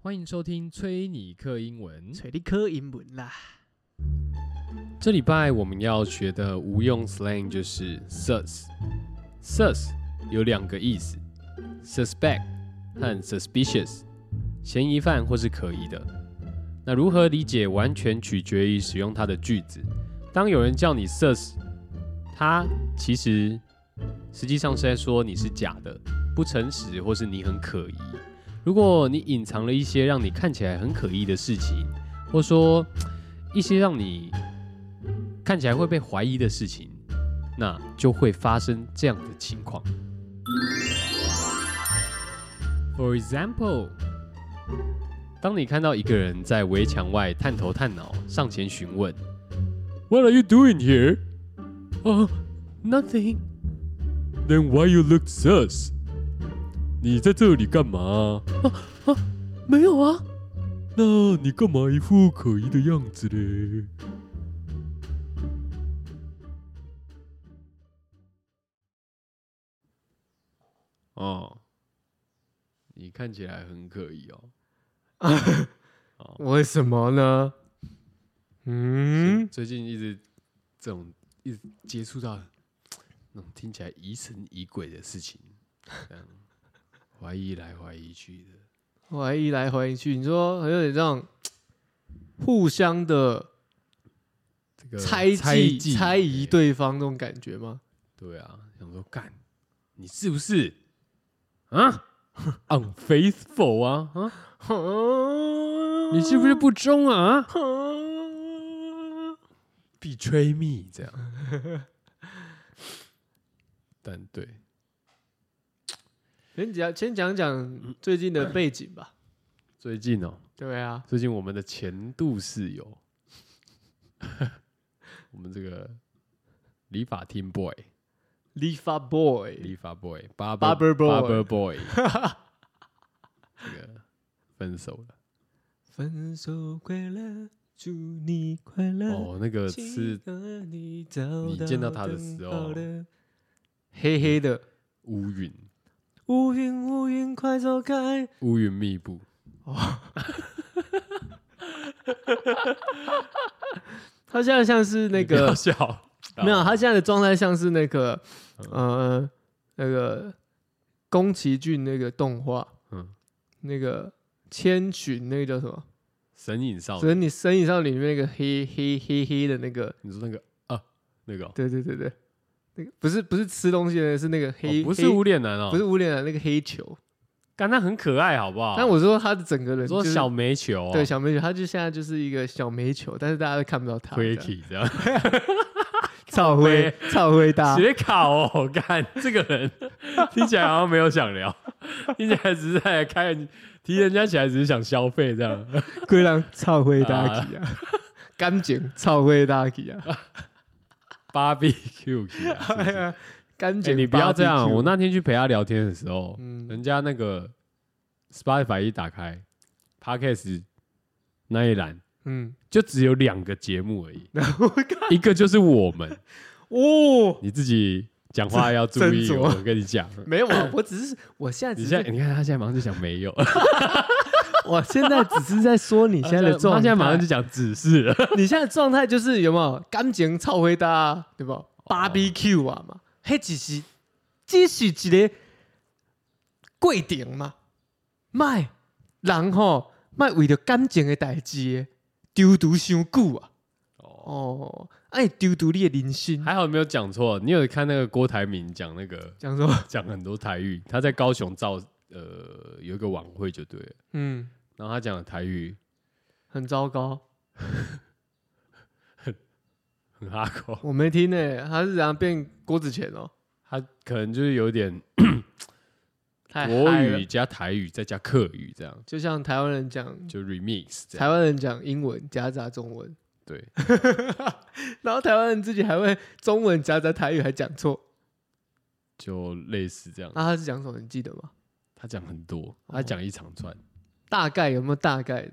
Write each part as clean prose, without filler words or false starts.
欢迎收听崔尼克英文。 找你考英文啦。 这礼拜我们要学的无用 slang 就是 sus。sus 有两个意思 ，suspect 和 suspicious， 嫌疑犯或是可疑的。那如何理解，完全取决于使用它的句子。当有人叫你 sus， 他其实实际上是在说你是假的、不诚实，或是你很可疑。如果你隐藏了一些让你看起来很可疑的事情，或说一些让你看起来会被怀疑的事情，那就会发生这样的情况。For example， 当你看到一个人在围墙外探头探脑，上前询问 "What are you doing here?" Nothing. Then why you look sus?你在这里干嘛？没有啊。那你干嘛一副可疑的样子嘞？哦，你看起来很可疑哦。 为什么呢？ 最近一直接触到那种听起来疑神疑鬼的事情，这样怀疑来怀疑去的。 怀疑来怀疑去，你说有点这种互相的这个猜疑对方那种感觉吗？ 对啊，想说干，你是不是啊？unfaithful 啊？你是不是不忠啊？betray me 这样。但对， 先讲讲最近的背景吧。 最近哦， 对啊， 最近我们的前度室友，我们这个理发厅 boy， 理发 boy， barber boy， boy 这个分手了。 分手快乐，祝你快乐。 哦，那个是你见到他的时候， 黑黑的乌云， 乌云乌云快走开， 乌云密布。 他现在像是那个笑， 没有，他现在的状态像是那个那个宫崎骏那个动画，那个千寻那个叫什么？ 神隐少女。 神隐少女里面那个黑的那个， 你说那个那个对，那个不是吃东西的，是那个黑， 不是无脸男哦， 不是无脸男那个黑球， 干他很可爱，好不好？ 但我说他的整个人， 说小煤球， 对，小煤球，他就现在就是一个小煤球，但是大家都看不到他。 Quaky 这样， 超灰大， 写考哦，干这个人听起来好像没有想聊，听起来只是在提人家起来只是想消费这样， 龟人超灰大气啊，感情超灰大气啊。 barbecue 啊， 干净、 你不要这样。我那天去陪他聊天的时候，人家那个 Spotify 一打开 ，Podcast 那一栏，就只有2个节目而已，一个就是我们。你自己讲话要注意，我跟你讲。 没有啊，我现在你看他现在马上就讲没有。 我现在只是在说你现在的状态， 他现在马上就讲指示了。 你现在的状态就是有没有感情超回答，对不？barbecue 啊嘛，迄只是一个过程嘛，卖人吼卖为了感情的代志，丢伤久啊。爱丢你的人生。 还好没有讲错，你有看那个郭台铭讲那个讲很多台语，他在高雄有一个晚会就对了，然后他讲的台语很糟糕， 很哈口， 我没听呢，他是怎样变郭子乾哦？ 他可能就是有点国语加台语再加客语这样， 就像台湾人讲就 remix， 台湾人讲英文夹杂中文， 对， 然后台湾人自己还会中文夹杂台语还讲错， 就类似这样。 那他是讲什么？你记得吗？ 他讲很多，他讲一长串。 大概有没有大概的？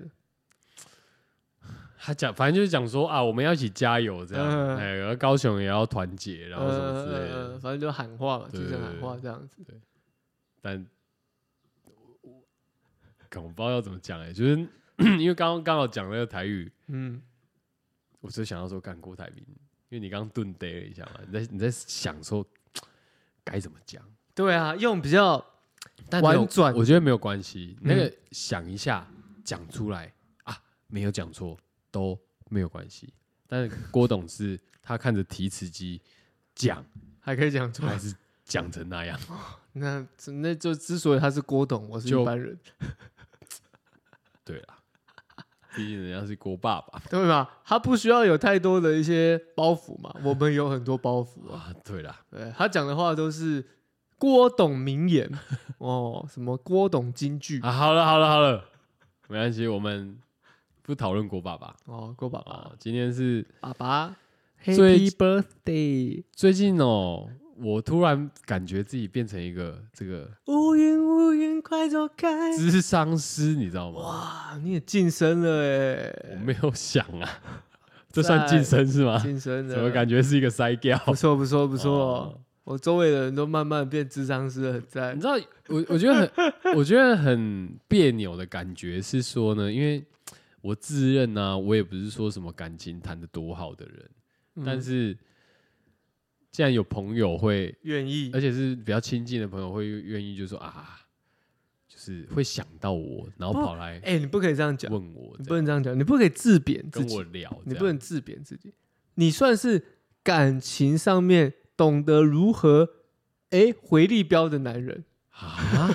他讲，反正就是讲说啊，我们要一起加油这样，然后高雄也要团结，然后什么之类的， 反正就喊话嘛，精神喊话这样子。 对，但我不知道要怎么讲就是因为刚好讲那个台语，我就想要说干郭台铭，因为你刚刚顿呆了一下嘛，你在想说该怎么讲？ 对啊，用比较但婉转， 我觉得没有关系，那个想一下讲出来啊，没有讲错都没有关系。但是郭董是他看着提词机讲， 还可以讲出来还，是讲成那样？ 那就之所以他是郭董，我是一般人， 对啦，毕竟人家是郭爸爸对吧？他不需要有太多的一些包袱嘛，我们有很多包袱啊。 啊。对啦， 对他讲的话都是郭董名言哦，什么郭董金句啊，好了，没关系，我们不讨论郭爸爸哦，郭爸爸， 哦。今天是爸爸最 ，Happy Birthday！ 最近哦，我突然感觉自己变成一个这个乌云快走开！ 諮商师，你知道吗？ 哇，你也晋升了我哎， 没有想啊，这算晋升是吗？ 晋升了， 怎么感觉是一个筛掉？ 不错不错不错， 哦我周围的人都慢慢变智商师了，很赞你。知道，我觉得很别扭的感觉是说呢，因为我自认啊，我也不是说什么感情谈得多好的人，但是既然有朋友会愿意， 而且是比较亲近的朋友会愿意，就说啊，就是会想到我，然后跑来哎，你不可以这样讲， 问我， 你不能这样讲，你不可以自贬自己跟我，聊， 你不能自贬自己，你算是感情上面懂得如何回力镖的男人。 啊，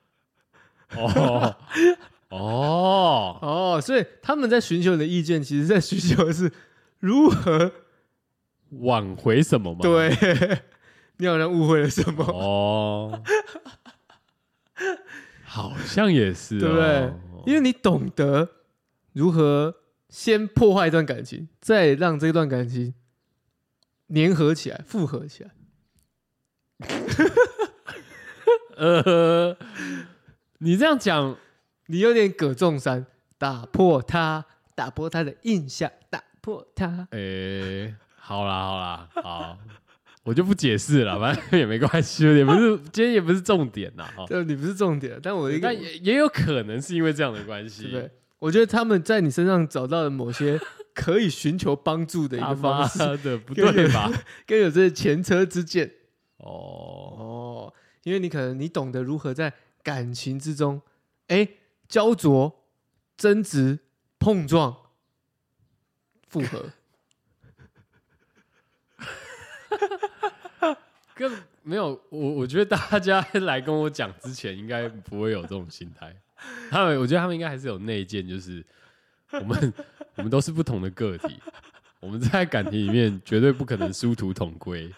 哦， 所以他们在寻求的意见，其实在寻求的是如何挽回什么吗？ 对，你好像误会了什么， 哦，好像也是、哦， 对不对？因为你懂得如何先破坏一段感情，再让这段感情粘合起来、复合起来。 你这样讲， 你有点葛仲山，打破他的印象，打破他。 好啦，好，我就不解释了，反正也没关系，也不是今天也不是重点呐，哈， 这你不是重点，但我一个， 但也有可能是因为这样的关系， 对不对？我觉得他们在你身上找到了某些可以寻求帮助的一个方式， 的不对吧？ 跟有这前车之鉴。 哦， 因为你可能你懂得如何在感情之中，焦灼、争执、碰撞、复合。 更没有我觉得大家来跟我讲之前，应该不会有这种心态。我觉得他们应该还是有内建，就是我们都是不同的个体，我们在感情里面绝对不可能殊途同归。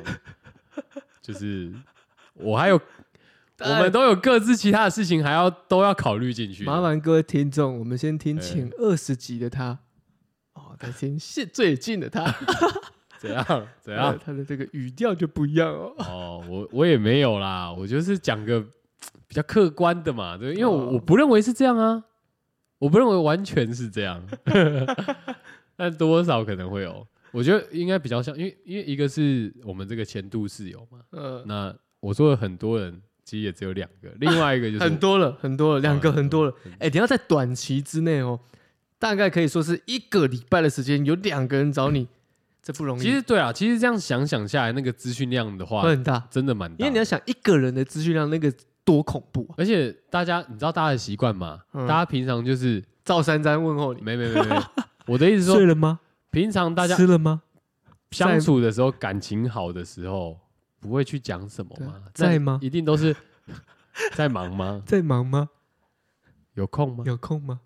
就是我们都有各自其他的事情，都要考虑进去。 麻烦各位听众，我们先听前20集的他，再听最近的他。 怎样？ 他的这个语调就不一样哦。 我也没有啦，我就是讲个比较客观的嘛，对，因为我不认为是这样啊，我不认为完全是这样，但多少可能会有。我觉得应该比较像，因为一个是我们这个前度室友嘛，那我说的很多人其实也只有2个，另外一个就是很多了，2个很多了。你要在短期之内大概可以说是1个礼拜的时间，有2个人找你。这不容易。 其实对啊，其实这样想下来，那个资讯量的话会很大， 真的蛮大。 因为你要想1个人的资讯量，那个多恐怖啊！ 而且你知道大家的习惯吗？大家平常就是照三餐问候你， 没。我的意思是说， 睡了吗？ 平常大家吃了吗？ 相处的时候，感情好的时候，不会去讲什么吗？ 在吗？ 一定都是在忙吗？ 在忙吗？ 有空吗？ 有空吗？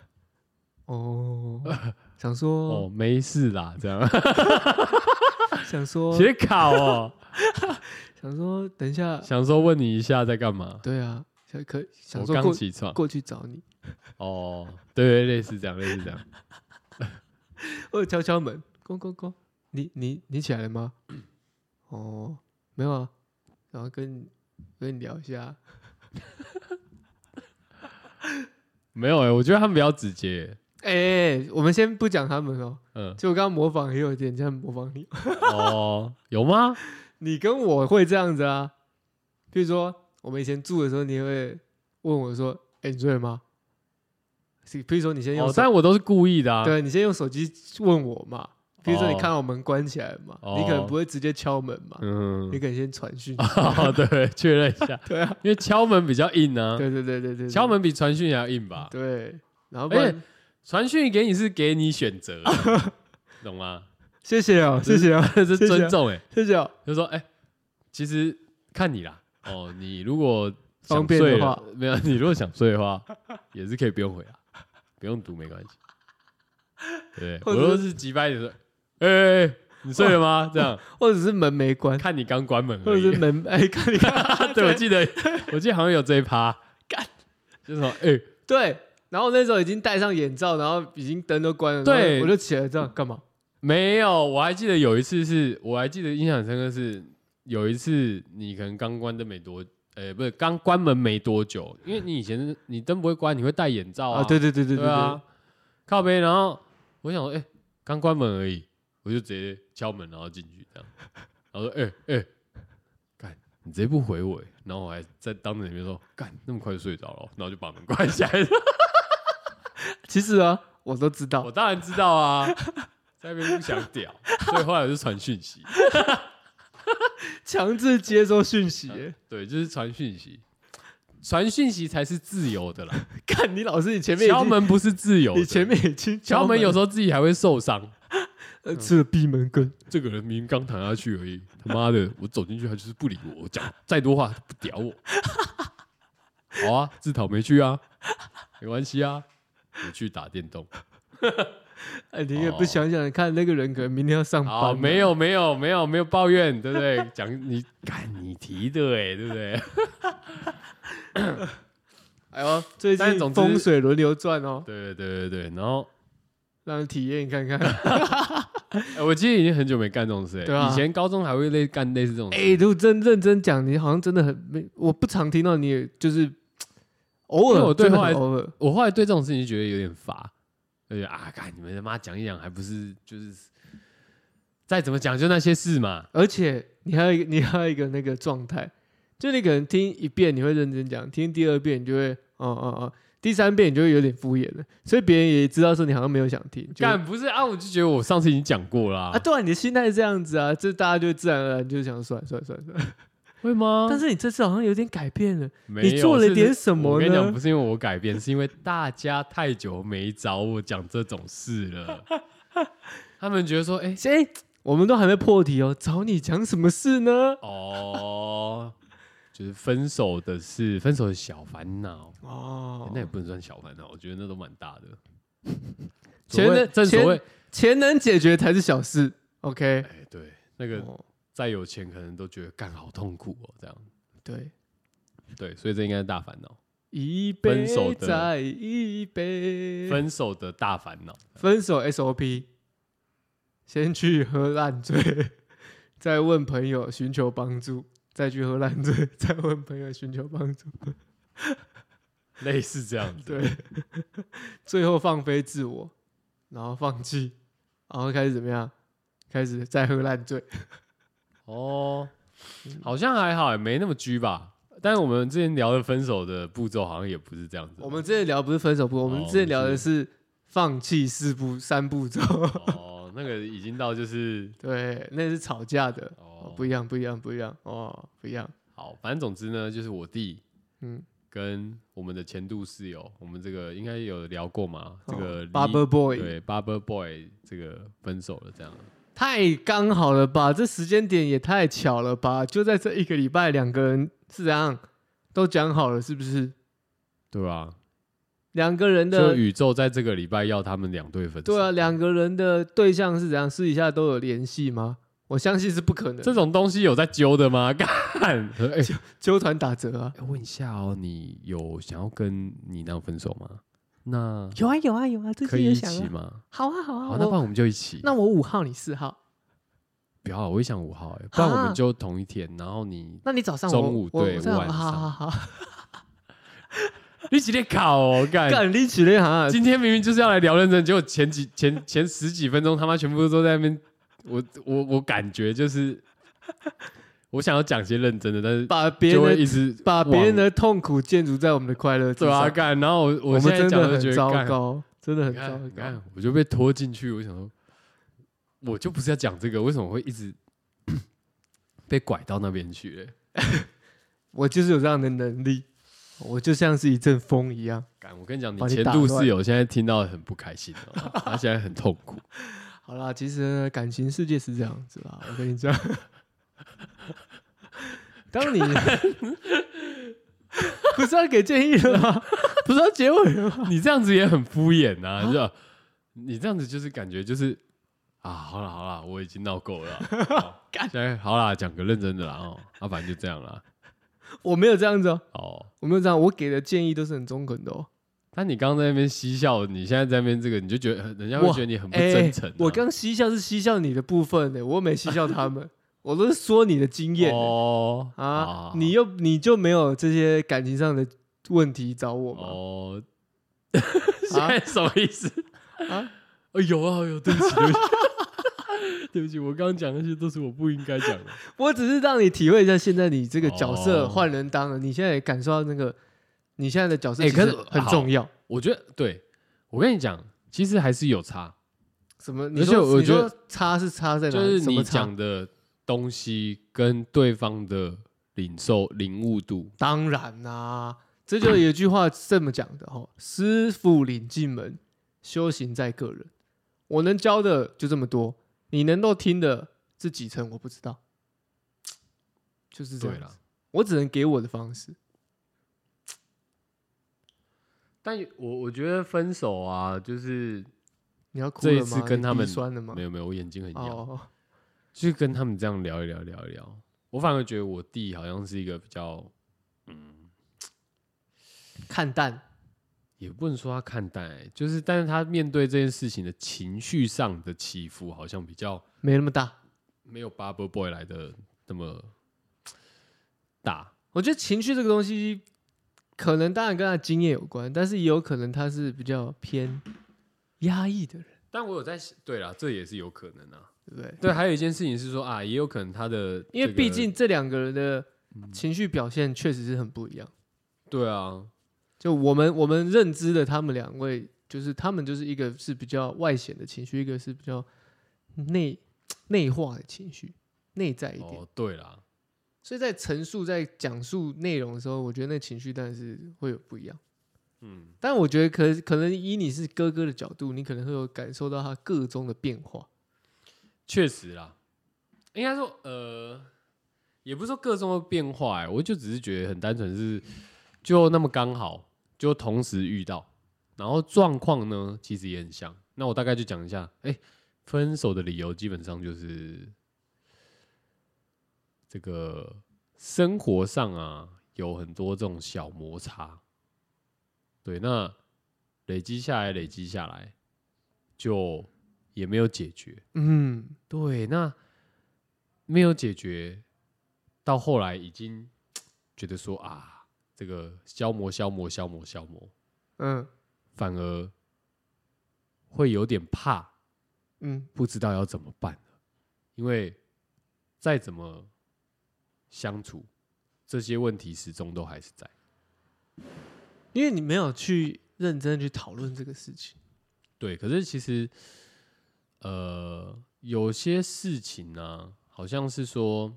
想说没事啦，这样。 想说写考哦， 想说等一下， 想说问你一下在干嘛？ 对啊，想我说刚起床过去找你。 对，类似这样。 我敲敲门，公，你起来了吗？没有啊，然后跟你聊一下。 没有我觉得他们比较直接。 我们先不讲他们就我刚刚模仿也有点像模仿你。 有吗？ 你跟我会这样子啊？比如说我们以前住的时候，你会问我说：“你睡了吗？” 比如说你先用但我都是故意的啊。 对你先用手机问我嘛。比如说你看到门关起来了嘛， 哦你可能不会直接敲门嘛， 嗯你可能先传讯。 对，确认一下。 对啊， 因为敲门比较硬啊。 对， 敲门比传讯还要硬吧？ 对，然后不然传讯给你是给你选择，懂吗？ 谢谢哦，谢谢哦， 这是尊重哎， 谢谢哦。 就说其实看你啦。你如果方便的话， 没有，你如果想睡的话，也是可以不用回啊，不用读没关系。对，我都是急掰的说，你睡了吗？这样， 或者是门没关， 看你刚关门而已， 或者是门看你看， 对，我记得好像有这一趴， 干， 就是说对，然后那时候已经戴上眼罩，然后已经灯都关了， 对， 我就起来这样干嘛？ 没有，我还记得有一次我还记得印象很深刻是有一次你可能刚关灯没多，不是刚关门没多久，因为你以前你灯不会关，你会戴眼罩啊， 对啊，靠背，然后我想说，刚关门而已。我就直接敲门，然后进去这样，然后说，干，你直接不回我，然后我还在当着里面说，干，那么快就睡着了，然后就把门关起来了。 其实啊，我都知道， 我当然知道啊，在那边不想屌，所以后来我就传讯息， 强制接收讯息， 对，就是传讯息。传讯息才是自由的啦。 看你老师，你前面敲门不是自由的， 你前面已经敲门有时候自己还会受伤。 吃了闭门羹， 这个人明明刚躺下去而已，他妈的，我走进去他就是不理我，我讲再多话他不屌我。好啊，自讨没趣啊，没关系啊，我去打电动。 你也不想想看，那个人可能明天要上班。 没有抱怨，对不对？讲你干你提的对不对？ 哎呦，最近风水轮流转哦。 对，然后让人体验看看。 我其实已经很久没干这种事，以前高中还会干类似这种事。 如果认真讲，你好像真的很没，我不常听到你就是偶尔， 我后来对这种事情就觉得有点乏。干你们他妈讲一讲，还不是就是再怎么讲就那些事嘛。 而且你还有一个那个状态，就你可能听一遍你会认真讲，听第二遍你就会第三遍你就会有点敷衍了，所以别人也知道说你好像没有想听。 干不是啊，我就觉得我上次已经讲过啦。 对啊，你的心态是这样子啊，这大家就自然而然就想算。 会吗？ 但是你这次好像有点改变了， 你做了点什么呢？ 我跟你讲，不是因为我改变，是因为大家太久没找我讲这种事了。他们觉得说， 我们都还没破题哦，找你讲什么事呢？ 就是分手的事，分手的小烦恼那也不能算小烦恼，我觉得那都蛮大的。正所谓钱能解决才是小事。OK， 对，那个再有钱可能都觉得干好痛苦这样。对，所以这应该是大烦恼。 一杯再一杯， 分手的大烦恼， 分手 SOP， 先去喝烂醉，再问朋友寻求帮助。再去喝烂醉，再问朋友寻求帮助， 类似这样子。 对，最后放飞自我，然后放弃，然后开始怎么样？开始再喝烂醉。 好像还好，也没那么拘吧。但是我们之前聊的分手的步骤好像也不是这样子。 我们之前聊不是分手步骤，我们之前聊的是放弃三步骤。 那个已经到就是对，那是吵架的。不一样不一样。 好，反正总之呢，就是我弟，跟我们的前度室友，我们这个应该有聊过嘛？这个 Barber Boy， 对 Barber Boy 这个分手了，这样太刚好了吧？这时间点也太巧了吧？就在这一个礼拜，两个人是怎样都讲好了，是不是？ 对吧？ 两个人的就宇宙在这个礼拜要他们2对分手。 对啊，两个人的对象是怎样？私底下都有联系吗？我相信是不可能。 这种东西有在揪的吗？干， 揪团打折啊！ 问一下你有想要跟你男友分手吗？那有啊， 可以一起吗？ 好啊， 那不然我们就一起。 那我5号，你4号。 不要，我也想5号不然我们就同一天，然后那你早上中午对，我晚上。 好。 你几天考干你几天哈？ 今天明明就是要来聊认真，结果前10几分钟他妈全部都在那边。我感觉就是我想要讲些认真的，但是把别就会人一直把别人的痛苦建筑在我们的快乐之对啊上， 干，然后我们现在真的很讲就觉得干糟糕，真的很你糟糕。 看你看，我就被拖进去，我想说，我就不是要讲这个，为什么会一直被拐到那边去嘞？ 我就是有这样的能力，我就像是一阵风一样。 干，我跟你讲，你把你前度打乱室友现在听到很不开心哦，他现在很痛苦。 好啦，其实呢感情世界是这样子啦，我跟你讲，当你不是要给建议了吗？不是要结尾了吗？ 你这样子也很敷衍呐、你知道？你这样子就是感觉就是啊，好了好了，我已经闹够了啦。现在好啦，讲个认真的啦哦，反正就这样啦。 我没有这样子哦， 哦， 我没有这样，我给的建议都是很中肯的哦。 但你刚刚在那边嬉笑，你现在在那边这个，你就觉得人家会觉得你很不真诚、啊我刚嬉笑是嬉笑你的部分呢，我又没嬉笑他们，我都是说你的经验哦啊，你就没有这些感情上的问题找我吗？ 哦，现在什么意思啊？ 有啊有，对不起对不起，对不起，我刚刚讲那些都是我不应该讲的。 我只是让你体会一下，现在你这个角色哦换人当了，你现在也感受到那个你现在的角色其实可是很重要。 我觉得对，我跟你讲，其实还是有差， 什么？ 而且我觉得你说差是差在哪？ 就是你什么差讲的东西跟对方的领悟度。 当然啦、这就有一句话这么讲的哈：师傅领进门，修行在个人。我能教的就这么多，你能够听的这几成我不知道，就是这样子。 对啦， 我只能给我的方式。 但我觉得分手啊，就是你要哭这一次了吗？你跟他们鼻酸了吗？ 没有，我眼睛很痒， 哦， 就是跟他们这样聊一聊，我反而觉得我弟好像是一个比较， 看淡。 也不能说他看淡、就是但是他面对这件事情的情绪上的起伏，好像比较没那么大。 没有 Bubble Boy 来的那么大。 我觉得情绪这个东西，可能当然跟他的经验有关，但是也有可能他是比较偏压抑的人， 但我有在对啦，这也是有可能啊。 对不对？ 对，还有一件事情是说啊，也有可能他的、 因为毕竟这两个人的情绪表现确实是很不一样。 对啊， 就我们认知的他们两位，就是他们就是一个是比较外显的情绪，一个是比较内化的情绪，内在一点。 哦，对啦， 所以在陈述、在讲述内容的时候，我觉得那情绪当然是会有不一样。但我觉得可能以你是哥哥的角度，你可能会有感受到他个中的变化。 确实啦，应该说也不是说各种的变化、我就只是觉得很单纯是就那么刚好，就同时遇到，然后状况呢其实也很像。那我大概就讲一下，分手的理由基本上就是这个生活上啊有很多这种小摩擦，对，那累积下来，就也没有解决。对，那没有解决，到后来已经觉得说啊，这个消磨，反而会有点怕，不知道要怎么办了，因为再怎么相处，这些问题始终都还是在。 因为你没有去认真去讨论这个事情。 对，可是其实有些事情呢、好像是说，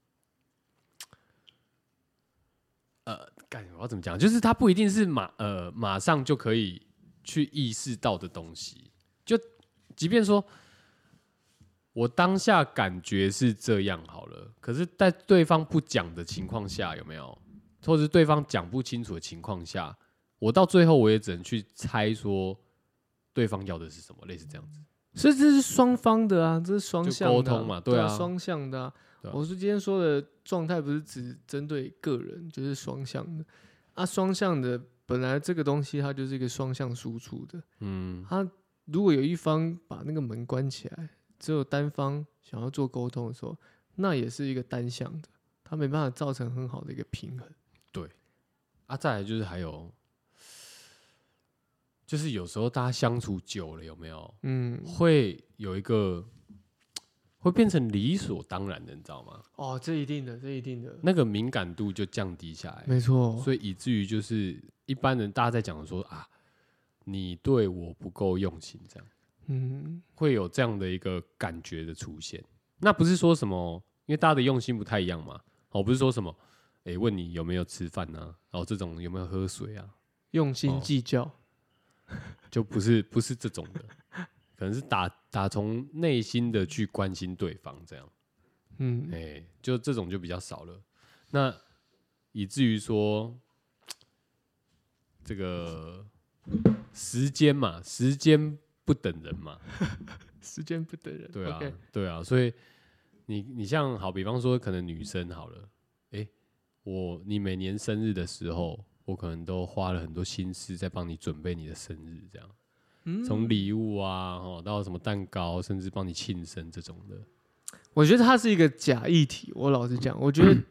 我要怎么讲？就是它不一定是马上就可以去意识到的东西。就即便说我当下感觉是这样好了，可是在对方不讲的情况下，有没有？或者是对方讲不清楚的情况下，我到最后我也只能去猜说对方要的是什么，类似这样子。 所以这是双方的啊，这是双向的、 就沟通嘛对啊双向的啊。 对啊我是今天说的状态，不是只针对个人，就是双向的啊。双向的本来这个东西它就是一个双向输出的，它如果有一方把那个门关起来，只有单方想要做沟通的时候，那也是一个单向的，它没办法造成很好的一个平衡。 对，再来就是还有，就是有时候大家相处久了，有没有？会有一个会变成理所当然的，你知道吗？ 哦，这一定的，这一定的， 那个敏感度就降低下来， 没错。 所以以至于就是一般人大家在讲说啊，你对我不够用心，这样，会有这样的一个感觉的出现。那不是说什么，因为大家的用心不太一样嘛。哦，不是说什么，问你有没有吃饭啊，然后这种有没有喝水啊， 用心计较， 就不是这种的，可能是打从内心的去关心对方这样。就这种就比较少了。那以至于说，这个时间嘛，时间不等人嘛， 时间不等人。 对啊 okay 对啊，所以你像好，比方说可能女生好了，你每年生日的时候，我可能都花了很多心思在帮你准备你的生日，这样，从礼物啊，到什么蛋糕，甚至帮你庆生这种的。 我觉得它是一个假议题。我老实讲，我觉得，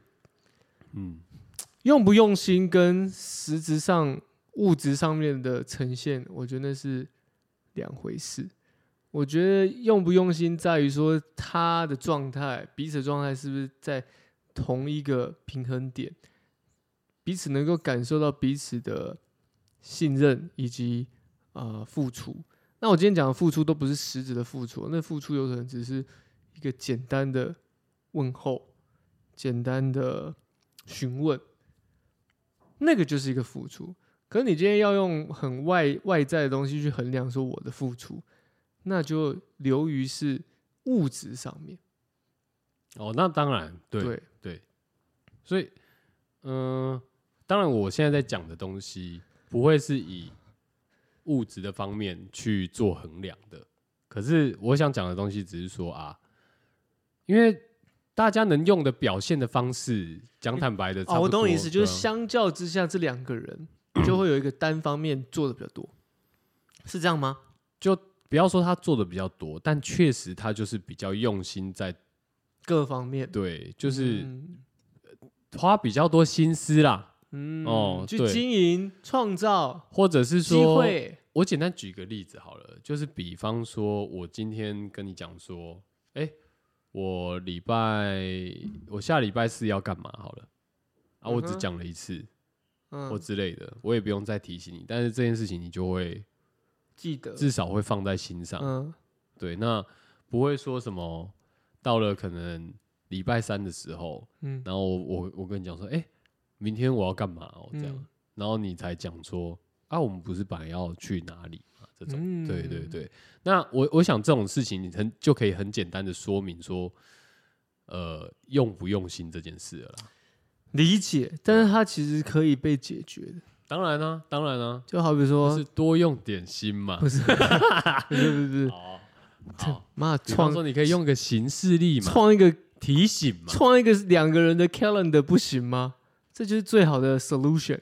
用不用心跟实质上物质上面的呈现，我觉得那是两回事。我觉得用不用心在于说他的状态，彼此的状态是不是在同一个平衡点，彼此能够感受到彼此的信任以及付出。那我今天讲的付出都不是实质的付出，那付出有可能只是一个简单的问候，简单的询问，那个就是一个付出。可是你今天要用很外在的东西去衡量说我的付出，那就流于是物质上面。 哦，那当然，对，所以，当然，我现在在讲的东西不会是以物质的方面去做衡量的。可是我想讲的东西只是说啊，因为大家能用的表现的方式，讲坦白的， 我懂你意思，就是相较之下，这两个人就会有一个单方面做的比较多，是这样吗？ 就不要说他做的比较多，但确实他就是比较用心在各方面， 对，就是花比较多心思啦。 去经营、创造， 或者是说机会。 我简单举个例子好了，就是比方说，我今天跟你讲说，我下礼拜四要干嘛好了，我只讲了一次，或之类的，我也不用再提醒你，但是这件事情你就会记得， 至少会放在心上。对，那不会说什么到了可能礼拜三的时候，然后我跟你讲说，明天我要干嘛这样，然后你才讲说我们不是本来要去哪里嘛？这种，对对对。那我想这种事情就可以很简单的说明说，用不用心这件事了啦。 理解，但是它其实可以被解决的。 当然啊，当然啊， 就好比说， 是多用点心嘛。 不是，不是。 好， 妈， 说你可以用个行事历嘛， 创一个提醒嘛， 创一个两个人的 calendar 不行吗？这就是最好的 solution。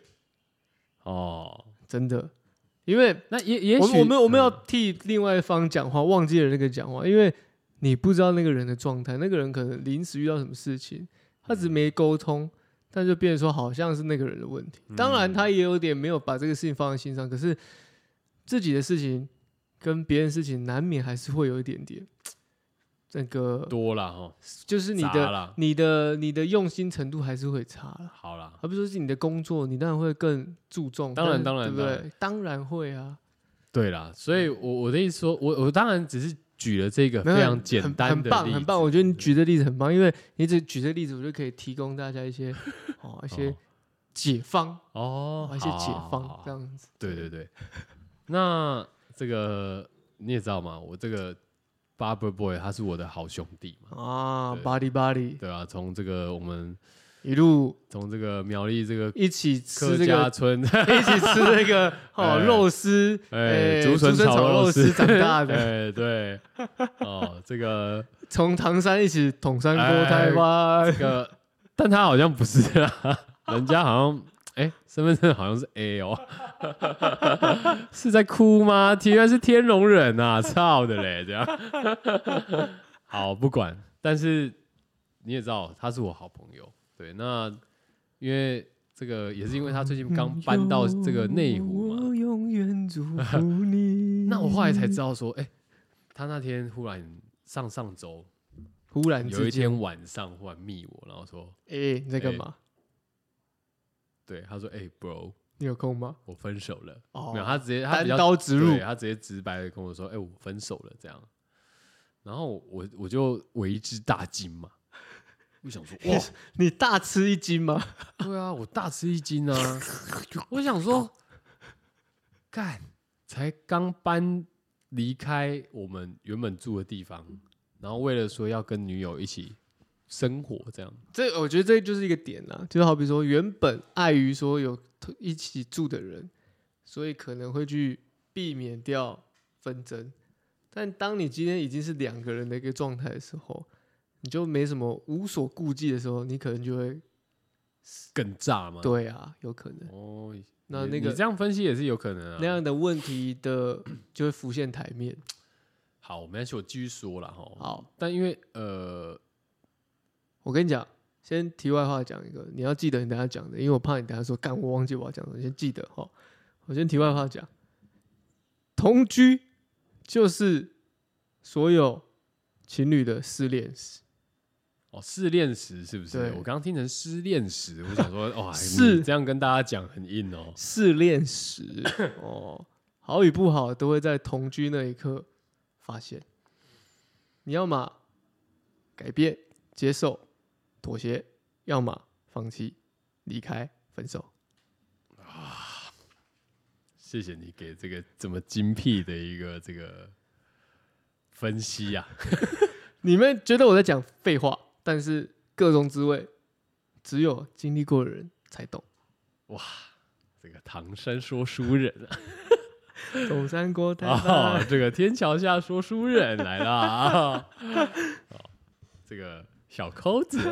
真的，因为那也许我们要替另外一方讲话，忘记了那个讲话，因为你不知道那个人的状态，那个人可能临时遇到什么事情，他只是没沟通，但就变成说好像是那个人的问题。当然，他也有点没有把这个事情放在心上，可是自己的事情跟别人的事情，难免还是会有一点点那个多啦齁， 就是你的用心程度还是会差啦。 好啦， 而不是说是你的工作，你当然会更注重。 当然， 对不对？当然会啊。 对啦，所以我的意思说，我当然只是举了这个非常简单的例子， 很棒。我觉得你举的例子很棒，因为你只举这例子，我就可以提供大家一些一些解方一些解方这样子。 对。那这个你也知道嘛，我这个 Barber Boy 他是我的好兄弟嘛 ，Buddy， 对啊，从这个我们一路从这个苗栗这个一起吃客家村， 一起吃那个肉丝， 竹笋炒肉丝长大的， 对，这个从唐山一起统山过台湾， 这个，但他好像不是啊，人家好像身份证好像是 A 是在哭吗？原来是天龙人啊，操的嘞，这样。好，不管，但是你也知道他是我好朋友，对，那因为这个也是因为他最近刚搬到这个内湖嘛， 我永远祝福你。 那我后来才知道说，他那天忽然上周忽然之间， 有一天晚上忽然密我，然后说， 你在干嘛？ 对，他说，bro， 你有空吗？ 我分手了。 哦， 没有，他单比较刀直入， 对，他直接直白的跟我说，我分手了这样。然后我就为之大惊嘛，我想说，哇， 你大吃一惊吗？ 对啊，我大吃一惊啊！我想说，干，才刚搬离开我们原本住的地方，然后为了说要跟女友一起生活，这样。 我觉得这就是一个点啊，就好比说，原本碍于说有一起住的人，所以可能会去避免掉纷争。但当你今天已经是2个人的一个状态的时候，你就没什么无所顾忌的时候，你可能就会更炸吗？ 对啊，有可能。 哦， 那个你这样分析也是有可能啊。 那样的问题的就会浮现台面。 好，没关系，我继续说了哈。 好， 但因为我跟你讲，先题外话讲一个，你要记得你等一下讲的，因为我怕你等一下说干我忘记我要讲的，你先记得哈。我先题外话讲，同居就是所有情侣的试炼史。 试炼时是不是？ 对我刚刚听成失恋时，我想说，哇， 是你这样跟大家讲很硬哦。 试炼史哦，好与不好都会在同居那一刻发现。你要么改变、接受、妥协，要么放弃、离开、分手。 谢谢你给这个这么精辟的一个这个分析啊！ 你们觉得我在讲废话，但是各种滋味，只有经历过的人才懂。 哇，这个唐山说书人啊！ 走山过台南， 这个天桥下说书人来了啊！这个小抠子，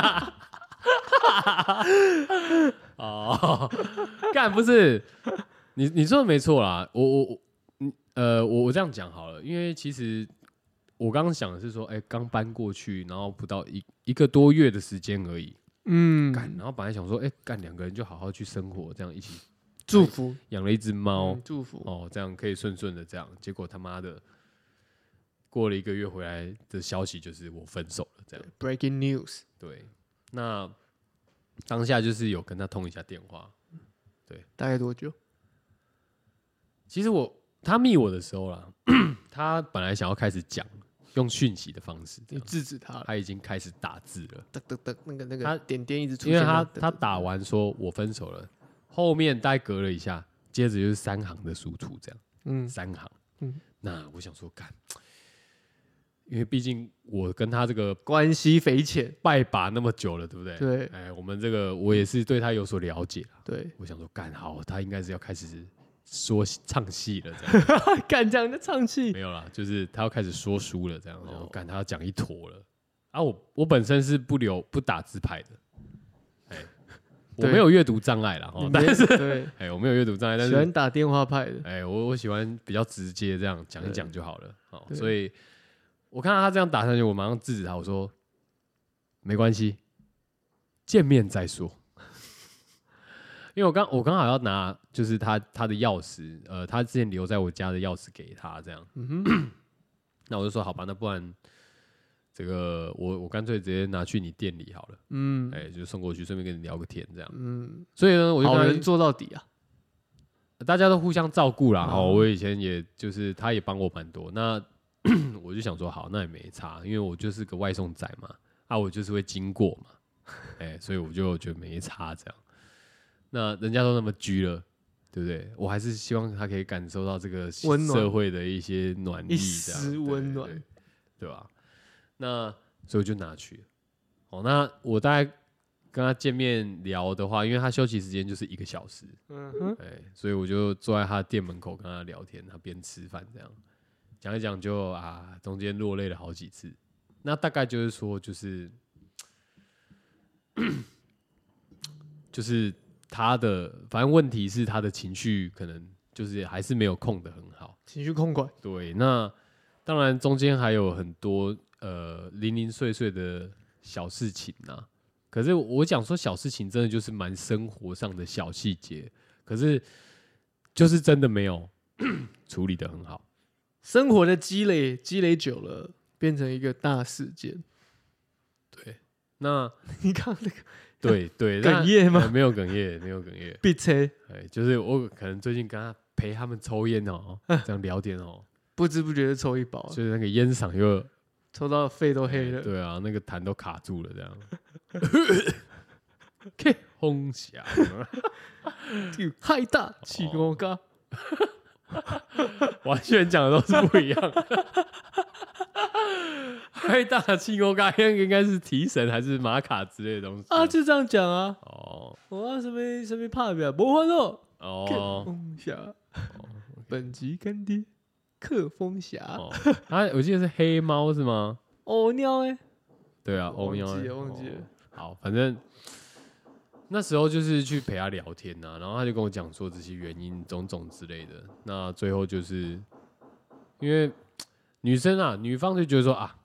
干不是你说的没错啦，我这样讲好了，因为其实我刚刚想的是说，刚搬过去，然后不到一个多月的时间而已，然后本来想说，干2个人就好好去生活，这样一起祝福养了一只猫， 祝福这样可以顺顺的这样，结果他妈的过了1个月回来的消息就是我分手了，这样 breaking news。 对，那当下就是有跟他通一下电话，对， 大概多久？ 其实他密我的时候啦，他本来想要开始讲，用讯息的方式， 你制止他了， 他已经开始打字了， 噔噔噔，那个他点点一直出现， 因为他打完说我分手了，后面大概隔了一下，接着就是3行的输出，这样，3行，那我想说干。因为毕竟我跟他这个关系匪浅， 拜把那么久了，对不对？ 对， 我们这个我也是对他有所了解了。 对， 我想说干好，他应该是要开始唱戏了，这样干这样的唱戏没有啦，就是他要开始说书了，这样，干他要讲一坨了啊！我本身是不打字牌的，我没有阅读障碍啦，但是对， 我没有阅读障碍，但是喜欢打电话派的， 我喜欢比较直接这样讲一讲就好了，所以。我看到他这样打上去，我马上制止他，我说没关系，见面再说。因为我刚好要拿就是他的钥匙，他之前留在我家的钥匙给他，这样。那我就说好吧，那不然这个我干脆直接拿去你店里好了。就送过去，顺便跟你聊个天这样。所以呢，我就好人做到底啊， 大家都互相照顾啦。我以前也就是他也帮我蛮多，那。我就想说好，那也没差，因为我就是个外送仔嘛，我就是会经过嘛，所以我就觉得没差这样。那人家都那么居了，对不对？我还是希望他可以感受到这个社会的一些暖意，一丝温暖， 对吧？那所以我就拿去了。那我大概跟他见面聊的话，因为他休息时间就是1个小时，所以我就坐在他店门口跟他聊天，他边吃饭这样。讲一讲就中间落泪了好几次。那大概就是说，就是他的，反正问题是他的情绪可能就是还是没有控得很好， 情绪控管。 对，那当然中间还有很多零零碎碎的小事情啊。可是我讲说小事情，真的就是蛮生活上的小细节，可是就是真的没有处理得很好。 生活的积累久了，变成一个大事件。 对，那你刚刚那个对， 哽咽吗没有哽咽，没有哽咽。 闭车， 哎，就是我可能最近跟他陪他们抽烟哦，这样聊天哦， 不知不觉就抽一包了， 就是那个烟嗓又抽到肺都黑了。 对啊，那个痰都卡住了，这样。轰响， 害大气功嘎， 完全讲的都是不一样。太大的气功嘎应该是提神还是玛卡之类的东西啊，就这样讲啊。 哦我什么怕不了，不欢乐。 哦风侠，本集干爹克风侠。 哦，我记得是黑猫是吗？ 哦喵哎， 对啊，欧喵忘记了。 好，反正那时候就是去陪他聊天啊，然后他就跟我讲说这些原因种种之类的。那最后就是因为女生啊，女方就觉得说啊，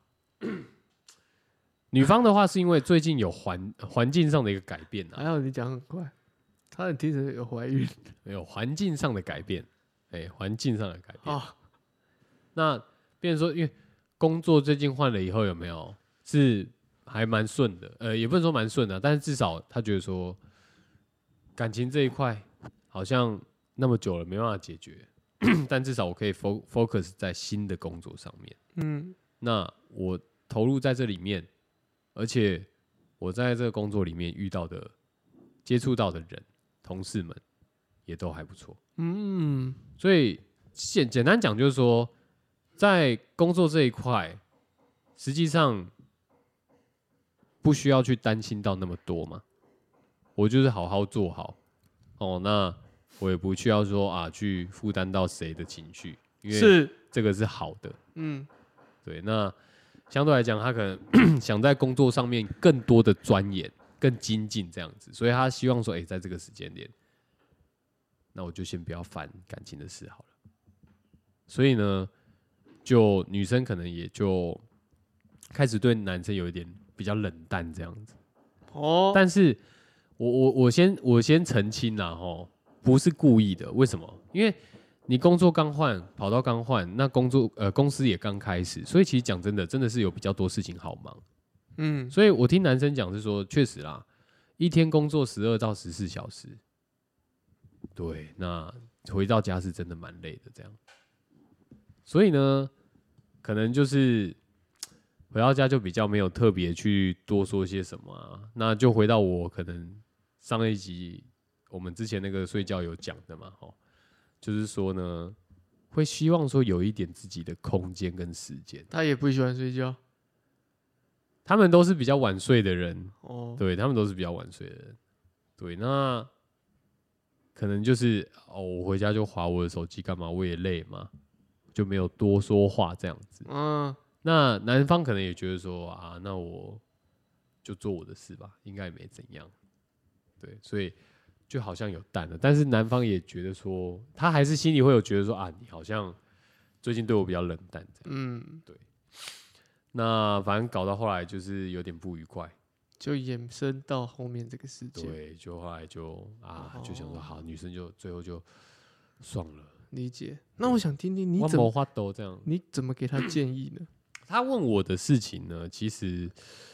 女方的话是因为最近有环境上的一个改变啊， 还好你讲很快，他很听成有怀孕， 有环境上的改变，环境上的改变啊。 那变成说，因为工作最近换了以后，有没有是还蛮顺的？也不能说蛮顺的，但是至少他觉得说，感情这一块好像那么久了没办法解决，但至少我可以 focus 在新的工作上面。 嗯， 那我投入在这里面，而且我在这个工作里面遇到的、接触到的人、同事们也都还不错。 嗯， 所以简单讲就是说，在工作这一块，实际上不需要去担心到那么多嘛。我就是好好做好哦，那我也不需要说啊去负担到谁的情绪，因为是， 这个是好的。 嗯， 对，那相对来讲，他可能想在工作上面更多的钻研、更精进这样子，所以他希望说，在这个时间点，那我就先不要烦感情的事好了。所以呢，就女生可能也就开始对男生有一点比较冷淡这样子。 哦， 但是我先澄清啦吼，不是故意的。为什么？因为你工作刚换，跑道刚换，那公司也刚开始，所以其实讲真的，真的是有比较多事情好忙。 嗯， 所以我听男生讲是说，确实啦，一天工作12到14小时，对，那回到家是真的蛮累的这样。所以呢，可能就是回到家就比较没有特别去多说些什么啊。那就回到我可能上一集我们之前那个睡觉有讲的嘛，就是说呢，会希望说有一点自己的空间跟时间。 他也不喜欢睡觉。 他们都是比较晚睡的人， 哦， 对他们都是比较晚睡的人。对，那可能就是我回家就滑我的手机干嘛？我也累嘛，就没有多说话这样子。 嗯， 那男方可能也觉得说啊，那我就做我的事吧，应该也没怎样。对，所以就好像有淡了，但是男方也觉得说，他还是心里会有觉得说啊，你好像最近对我比较冷淡这样。 嗯， 对。那反正搞到后来就是有点不愉快， 就衍生到后面这个事件。 对，就后来就就想说好，女生就最后就爽了。 理解。那我想听听你我没法度这样。 你怎么给他建议呢？ 他问我的事情呢，其实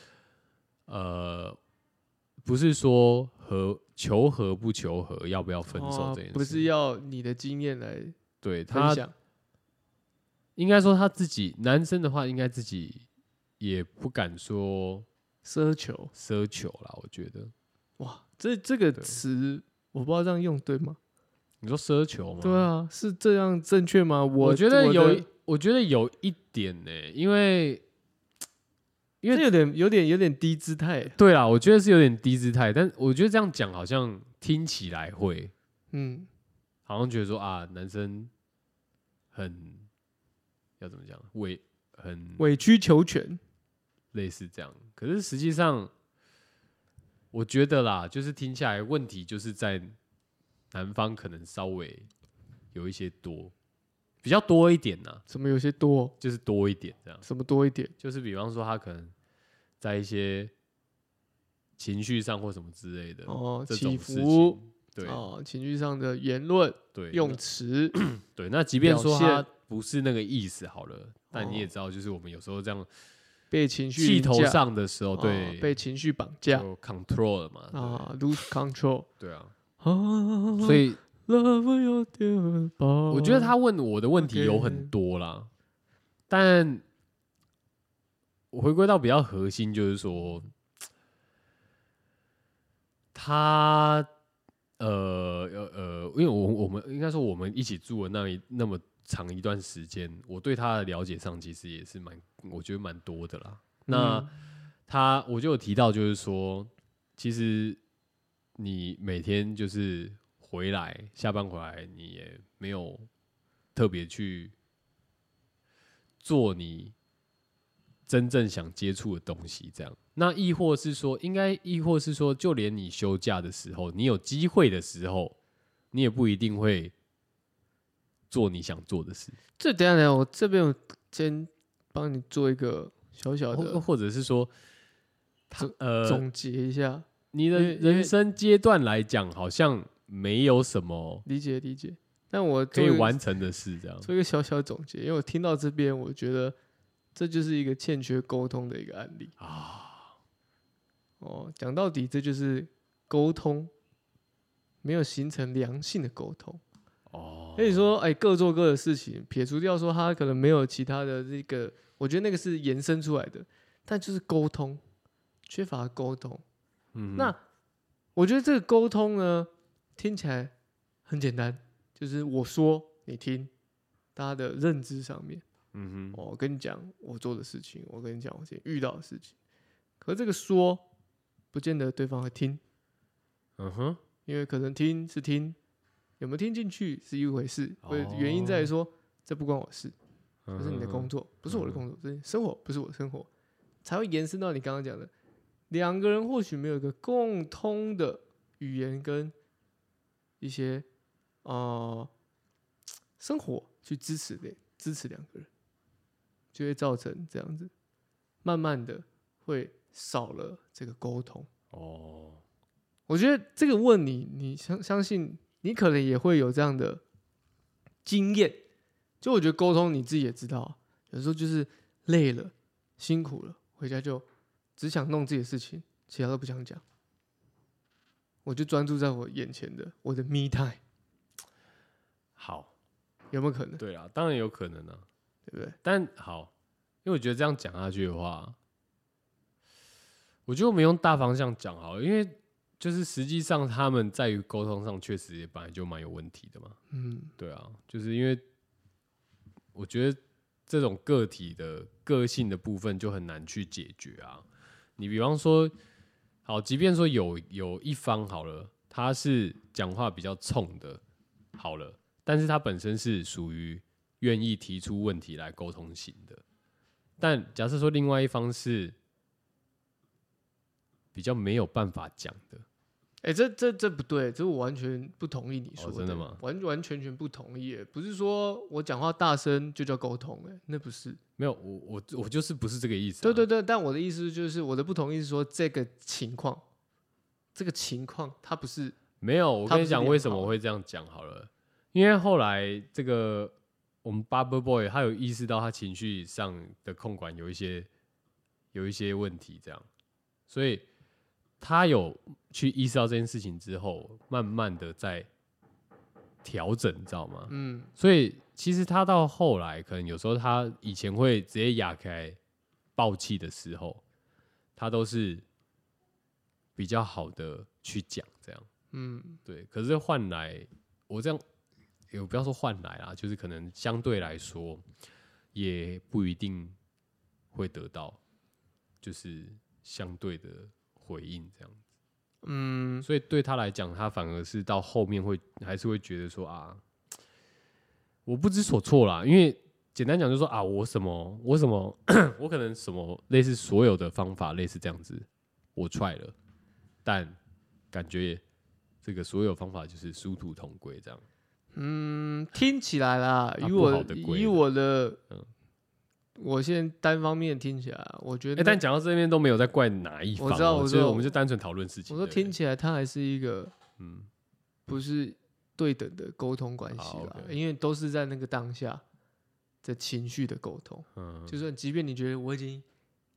不是说求和不求和，要不要分手这件事， 不是要你的经验来对他分享。 应该说他自己，男生的话应该自己也不敢说奢求啦，我觉得。 哇，这个词我不知道这样用对吗？ 你说奢求吗？ 对啊，是这样正确吗？ 我觉得有一点呢、因为这有点低姿态。 对啦，我觉得是有点低姿态，但我觉得这样讲好像听起来会，好像觉得说啊，男生很要怎么讲，很委曲求全， 类似这样。可是实际上，我觉得啦，就是听下来问题就是在男方可能稍微有一些比较多一点呐、 什么有些多， 就是多一点这样。 什么多一点？ 就是比方说他可能在一些情绪上或什么之类的这种起事情伏， 对情绪上的言论对用词， 对。那即便说表他不是那个意思好了，但你也知道，就是我们有时候这样被情绪气头凌驾上的时候，对， 被情绪绑架就 control 了嘛， lose control。 对啊， 所所以 love 有点饱我觉得他问我的问题有很多啦，但我回归到比较核心，就是说他因为我们应该说我们一起住了那么长一段时间，我对他的了解上其实也是我觉得蛮多的啦。那我就有提到，就是说，其实你每天就是下班回来，你也没有特别去做你真正想接触的东西，这样。那亦或是说，就连你休假的时候，你有机会的时候，你也不一定会做你想做的事。 等一下，我这边先帮你做一个小小的， 或者是说， 总结一下你的人生阶段来讲，好像没有什么理解。但我可以完成的事，这样做一个小小总结，因为我听到这边，我觉得这就是一个欠缺沟通的一个案例啊。讲到底，这就是沟通没有形成良性的沟通。所以说，各做各的事情，撇除掉说他可能没有其他的这个，我觉得那个是延伸出来的，但就是沟通缺乏沟通。那我觉得这个沟通呢，听起来很简单，就是我说你听，大家的认知上面，我跟你讲我做的事情，我跟你讲我今天遇到的事情，可是这个说不见得对方会听，因为可能听是听，有没有听进去是一回事，原因在于说这不关我事，这是你的工作，不是我的工作，这是生活，不是我的生活，才会延伸到你刚刚讲的，两个人或许没有一个共通的语言跟一些生活去支持两个人，就会造成这样子，慢慢的会少了这个沟通。我觉得这个问你相信你可能也会有这样的经验。就我觉得沟通你自己也知道，有时候就是累了、辛苦了，回家就只想弄自己的事情，其他都不想讲。我就专注在我眼前的我的 me time。 好， 有没有可能？ 对啊，当然有可能啊， 对不对？ 但好，因为我觉得这样讲下去的话，我觉得我们用大方向讲好了，因为就是实际上他们在于沟通上确实也本来就蛮有问题的嘛。对啊，就是因为我觉得这种个体的个性的部分就很难去解决啊。你比方说，好，即便说有一方好了，他是讲话比较冲的，好了，但是他本身是属于愿意提出问题来沟通型的。但假设说另外一方是比较没有办法讲的， 这不对，这我完全不同意你说的。 真的吗？ 完全不同意，不是说我讲话大声就叫沟通，那不是。 没有，我就是不是这个意思。 对，但我的意思就是我的不同意是说这个情况它不是没有。我跟你讲为什么我会这样讲好了，因为后来这个我们 Bubble Boy 他有意识到他情绪上的控管有一些问题，这样，所以他有去意识到这件事情之后，慢慢的在调整，你知道吗？所以其实他到后来，可能有时候他以前会直接哑开爆气的时候，他都是比较好的去讲这样。对。可是换来我这样，也不要说换来啦，就是可能相对来说，也不一定会得到就是相对的回应这样子。所以对他来讲，他反而是到后面还是会觉得说啊，我不知所措啦。因为简单讲就是说啊，我我可能什么类似所有的方法类似这样子，我 try 了，但感觉这个所有方法就是殊途同归这样。 听起来啦，以我的我现在单方面听起来，我觉得， 但讲到这边都没有在怪哪一方， 我知道， 所以我们就单纯讨论事情。 我说听起来它还是一个，不是对等的沟通关系啦，因为都是在那个当下的情绪的沟通。就是即便你觉得我已经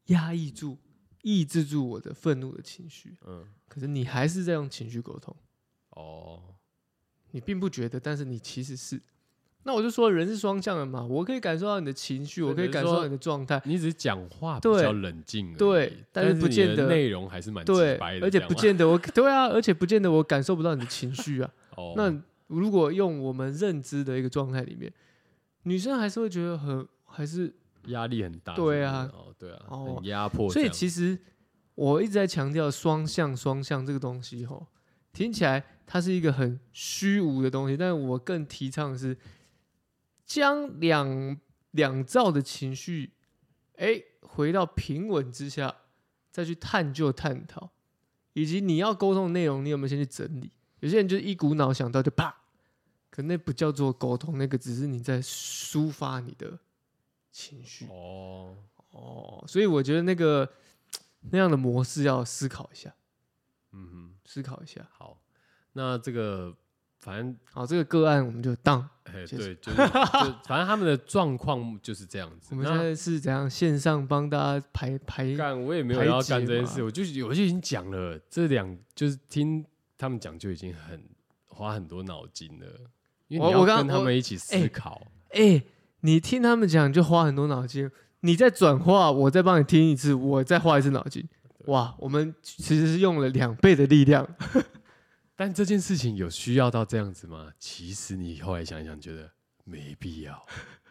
压抑住、抑制住我的愤怒的情绪， 嗯， 可是你还是在用情绪沟通， 哦， 你并不觉得，但是你其实是。那我就说，人是双向的嘛，我可以感受到你的情绪，我可以感受到你的状态， 你只是讲话比对较冷静而已， 对但是不见得你的内容还是蛮直对， 白的， 而且不见得我，对啊，而且不见得我感受不到你的情绪啊。 哦， 那如果用我们认知的一个状态里面，女生还是会觉得还是压力很大， 对啊是不是哦，对啊， 哦很压迫这所样， 以其实我一直在强调双向这个东西吼，听起来它是一个很虚无的东西，但是我更提倡的是将两造的情绪，回到平稳之下，再去探究探讨，以及你要沟通的内容，你有没有先去整理？有些人就一股脑想到就啪，可那不叫做沟通，那个只是你在抒发你的情绪。所以我觉得那样的模式要思考一下， 嗯哼， 思考一下。 好，那这个反正好，这个个案我们就当。 对，就反正他们的状况就是这样子。 我们现在是怎样线上帮大家排干，我也没有要干这件事， 排解嘛我就已经讲了，就是听他们讲就已经花很多脑筋了，因为你要跟他们一起思考。 你听他们讲就花很多脑筋，你再转化，我再帮你听一次，我再花一次脑筋。哇，我们其实是用了2倍的力量。 但这件事情有需要到这样子吗？其实你后来想一想，觉得没必要，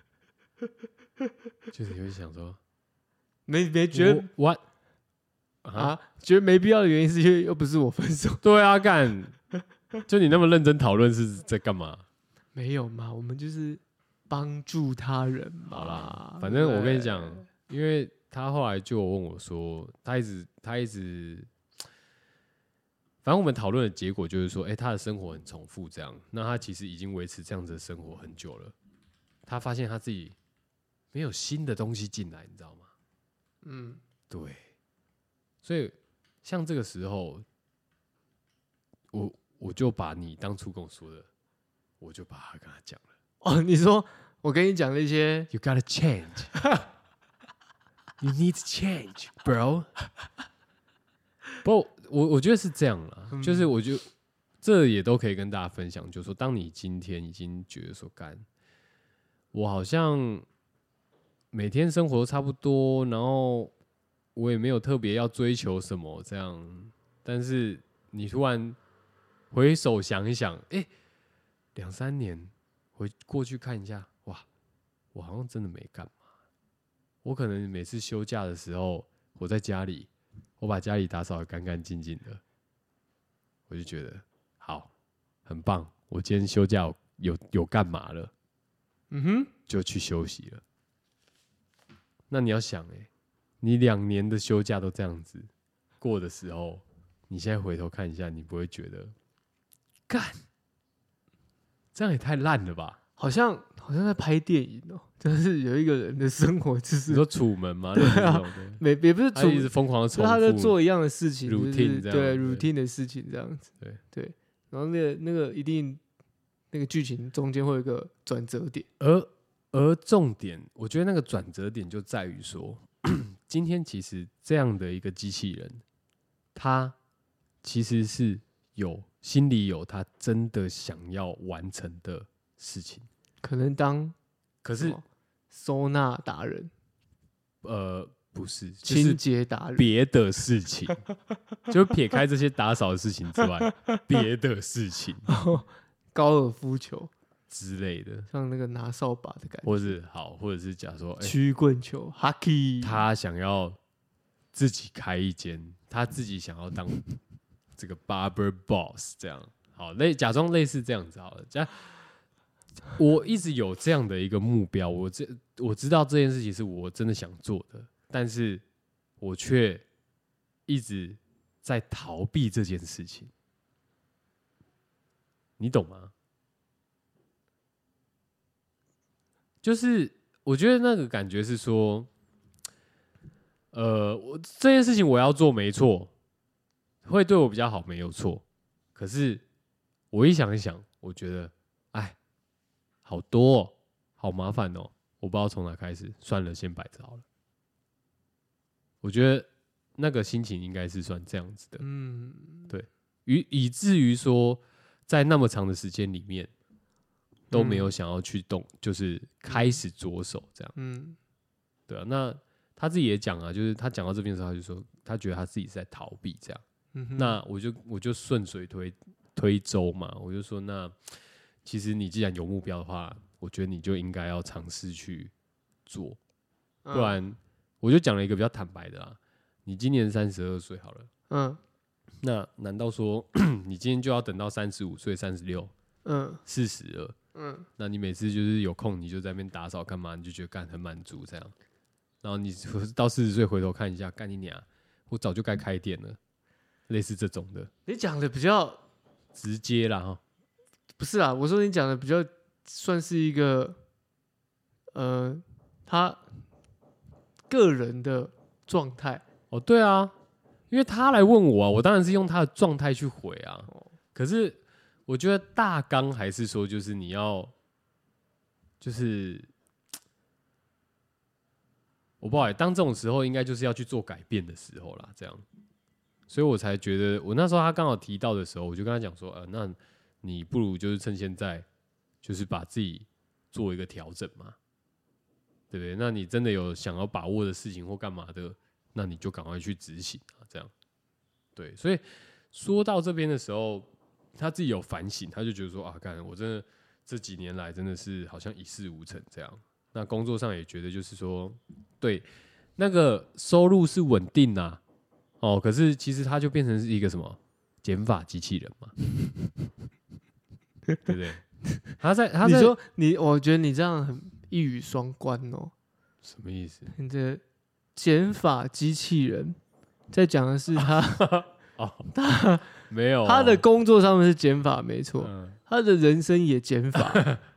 就是你会想说， 没觉得 what 觉得没必要的原因是因为又不是我分手。 对啊，干，就你那么认真讨论是在干嘛？ 没有嘛，我们就是帮助他人嘛。 好啦，反正我跟你讲，因为他后来就有问我说，他一直。反正我们讨论的结果就是说，他的生活很重复，这样，那他其实已经维持这样子的生活很久了。他发现他自己没有新的东西进来，你知道吗？ 嗯， 对。所以像这个时候，我就把你当初跟我说的，我就把它跟他讲了。 哦，你说我跟你讲了一些 ，You gotta change, you need to change, bro 。不，我觉得是这样啦，就是我觉得这也都可以跟大家分享，就是说，当你今天已经觉得说，干，我好像每天生活都差不多，然后我也没有特别要追求什么这样，但是你突然回首想一想，2-3年过去看一下，哇，我好像真的没干嘛。我可能每次休假的时候，我在家里。我把家里打扫得干干净净的，我就觉得好，很棒。我今天休假有干嘛了？就去休息了。那你要想，你2年的休假都这样子过的时候，你现在回头看一下，你不会觉得干这样也太烂了吧？ 好像在拍电影哦，就是有一个人的生活就是你说楚门吗？ 对啊，也不是他一直疯狂的重复， 他在做一样的事情 routine 这样， 对 routine 的事情这样子，对，然后那个一定那个剧情中间会有一个转折点， 而重点，我觉得那个转折点就在于说，今天其实这样的一个机器人，他其实是心里有他真的想要完成的事情， 可能可是收纳达人， 不是清洁达人， 别的事情，就撇开这些打扫的事情之外，别的事情， 高尔夫球之类的， 像那个拿扫把的感觉， 或者是假说曲棍球 hockey， 他想要自己开一间，他自己想要当这个 barber boss， 这样好，假装类似这样子好了。我一直有这样的一个目标，我知道这件事情是我真的想做的，但是我却一直在逃避这件事情，你懂吗？就是我觉得那个感觉是说，这件事情我要做没错，会对我比较好没有错，可是我一想一想，我觉得，好多哦，好麻烦哦，我不知道从哪开始，算了，先摆着好了。 我觉得那个心情应该是算这样子的， 嗯， 对，以至于说在那么长的时间里面都没有想要去动，就是开始着手这样，对啊，那他自己也讲啊，就是他讲到这边的时候，他就说他觉得他自己是在逃避这样，那我就顺水推舟嘛，我就说那其实你既然有目标的话，我觉得你就应该要尝试去做，不然我就讲了一个比较坦白的啦，你今年32岁好了，那难道说你今天就要等到35岁、36、40了？那你每次就是有空你就在那边打扫干嘛？你就觉得干很满足这样，然后你到40岁回头看一下，干你娘，我早就该开店了，类似这种的。 你讲的比较直接啦哈， 不是啦，我说你讲的比较算是一个他个人的状态。 哦，对啊，因为他来问我啊，我当然是用他的状态去回啊。可是我觉得大纲还是说，就是你要，就是我不知道，当这种时候应该就是要去做改变的时候啦，这样。所以我才觉得，我那时候他刚好提到的时候，我就跟他讲说，那你不如就是趁现在，就是把自己做一个调整嘛，对不对？那你真的有想要把握的事情或干嘛的，那你就赶快去执行啊，这样。对，所以说到这边的时候，他自己有反省，他就觉得说啊，干，我真的这几年来真的是好像一事无成这样。那工作上也觉得就是说，对，那个收入是稳定啊。哦，可是其实它就变成是一个什么减法机器人嘛，对不对？ 你说我觉得你这样很一语双关哦。 什么意思？ 你的减法机器人在讲的是他他没有他的工作上面是减法没错，他的人生也减法，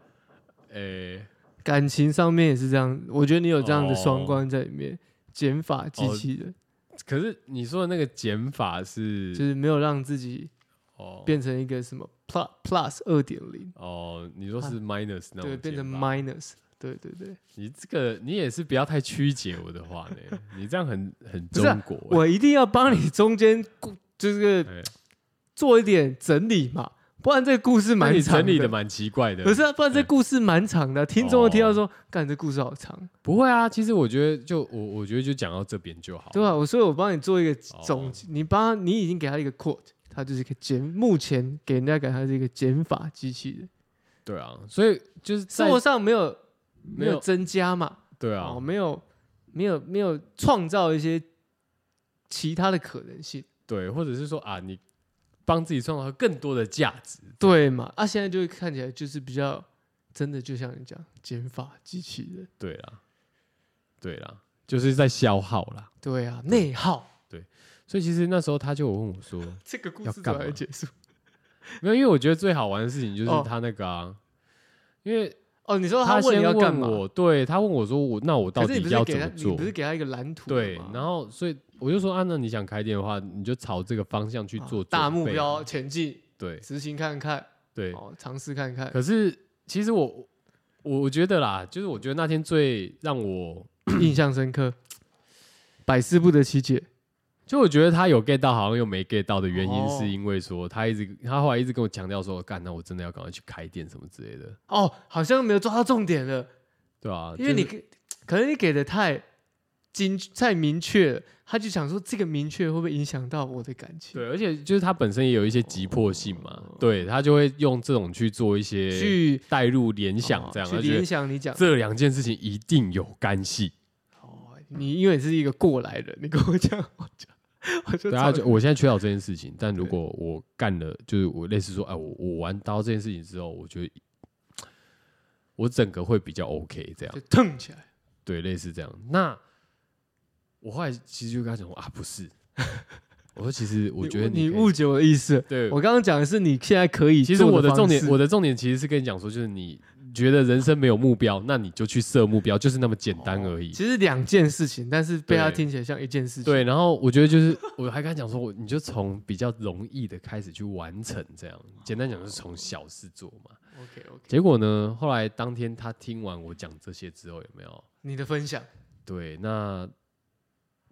感情上面也是这样。我觉得你有这样的双关在里面，减法机器人。 可是你说的那个减法是， 就是没有让自己变成一个什么 plus 2.0 哦，你说是 minus 那种， 对，变成 minus， 对对对。 你这个你也是不要太曲解我的话呢，你这样很中国。 我一定要帮你中间就是做一点整理嘛，不然这个故事蛮长的。 你整理的蛮奇怪的， 可是不然这故事蛮长的，听众会听到说，干这故事好长。 不会啊，其实我觉得我觉得就讲到这边就好。 对啊，所以我帮你做一个总结，你已经给他一个 quote， 他就是一个目前给人家感他是一个减法机器人。 对啊，所以就是生活上没有增加嘛。 对啊， 没有创造一些其他的可能性。 对，或者是说啊，你帮自己创造更多的价值， 对嘛？现在就会看起来就是比较真的，就像你讲减法机器人。 对啦，就是在消耗啦。 对啊，内耗。 对，所以其实那时候他就问我说， 这个故事怎么结束？ 没有，因为我觉得最好玩的事情就是他那个啊，因为你说他问你要干嘛？ 对，他问我说那我到底要怎么做？ 你不是给他一个蓝图？ 对，然后所以我就说那你想开店的话，你就朝这个方向去做大目标前进， 对， 执行看看， 对， 尝试看看。 可是其实我觉得啦，就是我觉得那天最让我印象深刻，百思不得其解。 就我觉得他有 get 到，好像又没 get 到的原因，是因为说他后来一直跟我强调说，干，那我真的要赶快去开店什么之类的。 好像没有抓到重点了， 对啊， 因为可能你给的太明确了，他就想说这个明确会不会影响到我的感情？ 对，而且就是他本身也有一些急迫性嘛，对他就会用这种去做一些去带入联想，这样去联想你讲这两件事情一定有干系。 你因为你是一个过来人，你跟我讲， 我现在缺少这件事情，但如果我干了，就是我类似说，我玩到这件事情之后，我觉得我整个会比较 OK， 这样就腾起来， 对，类似这样。那我后来其实就跟他讲说不是，我说其实我觉得你误解我的意思。 对， 我刚刚讲的是你现在可以。 其实我的重点其实是跟你讲说，就是你觉得人生没有目标，那你就去设目标，就是那么简单而已。 其实两件事情，但是被他听起来像一件事情。 对，然后我觉得就是我还跟他讲说，你就从比较容易的开始去完成，这样简单讲就是从小事做嘛。 OK。 结果呢，后来当天他听完我讲这些之后，有没有你的分享？ 对，那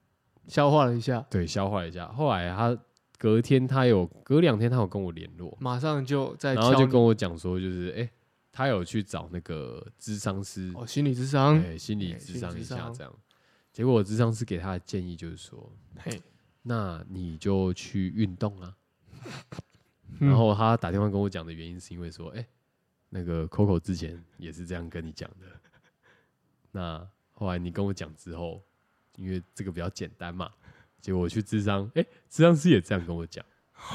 消化了一下， 对，消化了一下。后来他隔2天他有跟我联络， 马上就在然后就跟我讲说，就是他有去找那个咨商师， 心理咨商， 心理咨商一心理咨商下这样。结果咨商师给他的建议就是说，那你就去运动啊。然后他打电话跟我讲的原因是因为说，那个 Coco 之前也是这样跟你讲的。那后来你跟我讲之后，因为这个比较简单嘛，结果我去咨商，咨商师也这样跟我讲。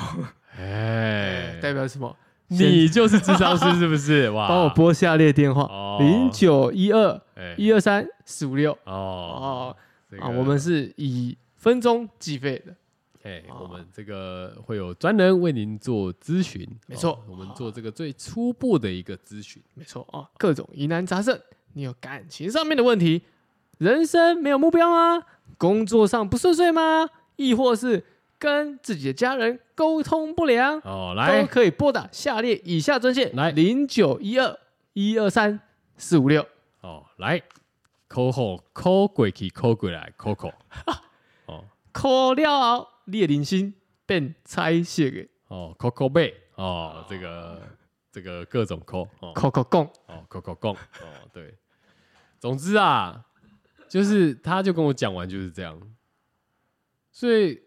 代表什么？ 你就是咨商师是不是？哇！ 帮我拨下列电话：0912-123-456。我们是以分钟计费的。 我们这个会有专人为您做咨询， 没错， 我们做这个最初步的一个咨询， 没错各种疑难杂症，你有感情上面的问题，人生没有目标吗？工作上不顺遂吗？亦或是跟自己的家人沟通不良，都可以拨打下列以下专线，来0912-123-456。 来 call 后 call 过去 call 过来 call call， call 了后你的人生变彩色的 call call 背这个各种 call call call 讲 call call 讲对，总之啊，就是他就跟我讲完就是这样，所以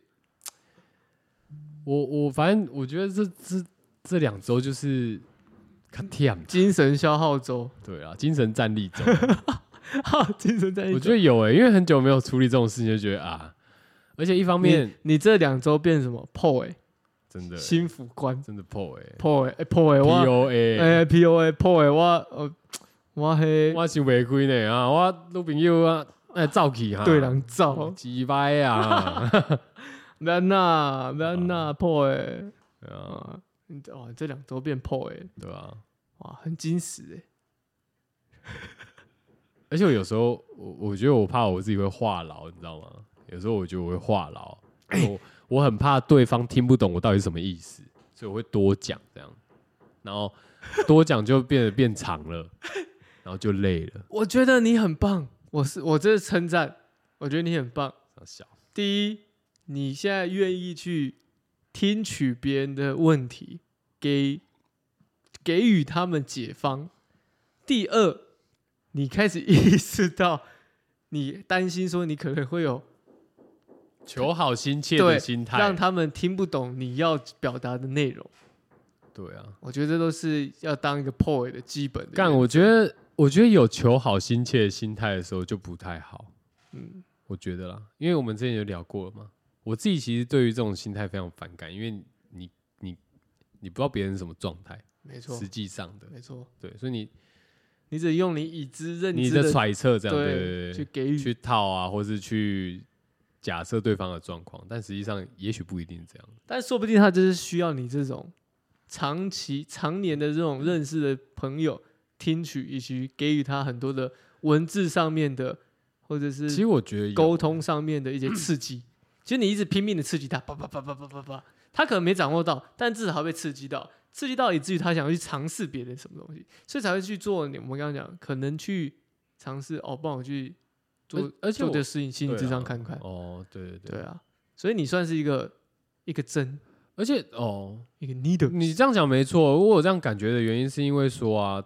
我反正我觉得这2周就是精神消耗周， 对啊，精神战力周， 精神战力周， 我觉得有因为很久没有处理这种事情，就觉得而且一方面你这2周变什么破真的心腹官， 真的破破我 POA 破我想袂开呢我女朋友走去对人走， 鸡掰啊， 免啦破对这2周变破对吧？ 哇，很矜持而且我有时候我觉得我怕我自己会话痨，你知道吗？有时候我觉得我会话痨，我很怕对方听不懂我到底是什么意思，所以我会多讲这样，然后多讲就变长了，然后就累了。 我觉得你很棒，我这是称赞，我觉得你很棒。第一，你现在愿意去听取别人的问题，给予他们解方。第二，你开始意识到，你担心说你可能会有求好心切的心态， 让他们听不懂你要表达的内容。 对啊， 我觉得这都是要当一个 POA 的基本的。 我觉得有求好心切的心态的时候就不太好。我觉得啦，因为我们之前有聊过了嘛。我自己其实对于这种心态非常反感，因为你不知道别人是什么状态， 没错， 实际上的， 没错， 对，所以你只用你已知认知你的揣测这样对去给予去套啊，或是去假设对方的状况，但实际上也许不一定这样， 但说不定他就是需要你这种常年的这种认识的朋友听取，以及给予他很多的文字上面的，或者是其实我觉得沟通上面的一些刺激。其实你一直拼命的刺激他，叭，他可能没掌握到，但至少被刺激到以至于他想要去尝试别的什么东西，所以才会去做。我们刚刚讲，可能去尝试帮我去做， 而且做这事情，心理智商看看。对啊，所以你算是一个针， 而且一个 needle。 你这样讲没错，我有这样感觉的原因是因为说啊，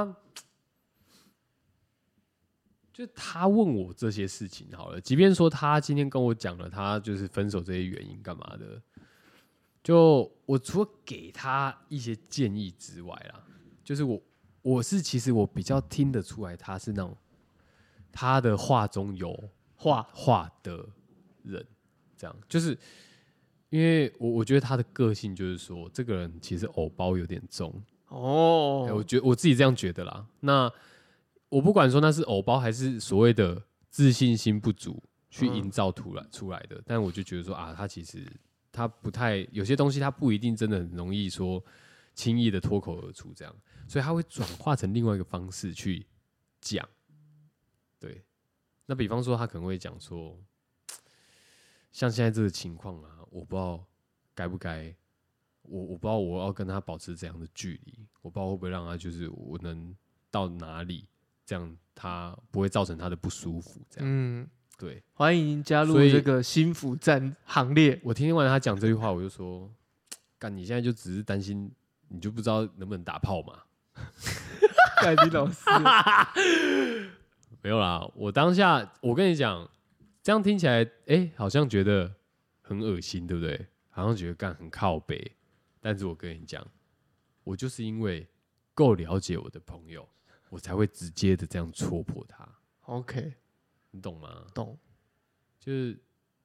就他问我这些事情好了，即便说他今天跟我讲了他就是分手这些原因干嘛的，就我除了给他一些建议之外啦，就是其实我比较听得出来他是那种他的话中有话的人，这样就是因为我觉得他的个性就是说这个人其实偶包有点重我自己这样觉得啦。那我不管说那是偶包还是所谓的自信心不足去营造出来的，但我就觉得说他其实他不太有些东西他不一定真的很容易说轻易的脱口而出这样，所以他会转化成另外一个方式去讲。对，那比方说他可能会讲说，像现在这个情况我不知道该不该，我不知道我要跟他保持怎样的距离，我不知道会不会让他就是我能到哪里。这样他不会造成他的不舒服，这样。 对， 欢迎加入所以这个心腹战行列。 我听完他讲这句话，我就说，干，你现在就只是担心，你就不知道能不能打炮嘛？ 盖你老师， 没有啦，我当下我跟你讲，这样听起来，好像觉得很恶心，对不对？好像觉得干很靠北，但是我跟你讲，我就是因为够了解我的朋友，我才会直接的这样戳破他。 OK， 你懂吗？ 懂。 就是，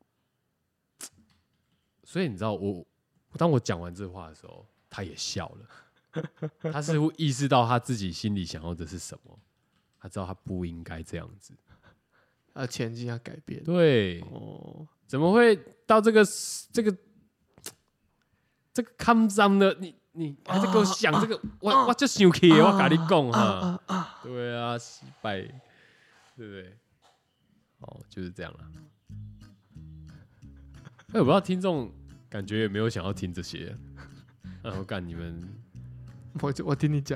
所以你知道当我讲完这话的时候，他也笑了，他似乎意识到他自己心里想要的是什么，他知道他不应该这样子， 要前进，要改变。 对， 哦， 怎么会到这个康张的？你还在给我想这个？我就生气，我跟你讲哈，对啊，失败，对不对？哦，就是这样啦。我不知道听众感觉也没有想要听这些，我干你们， 我听你讲，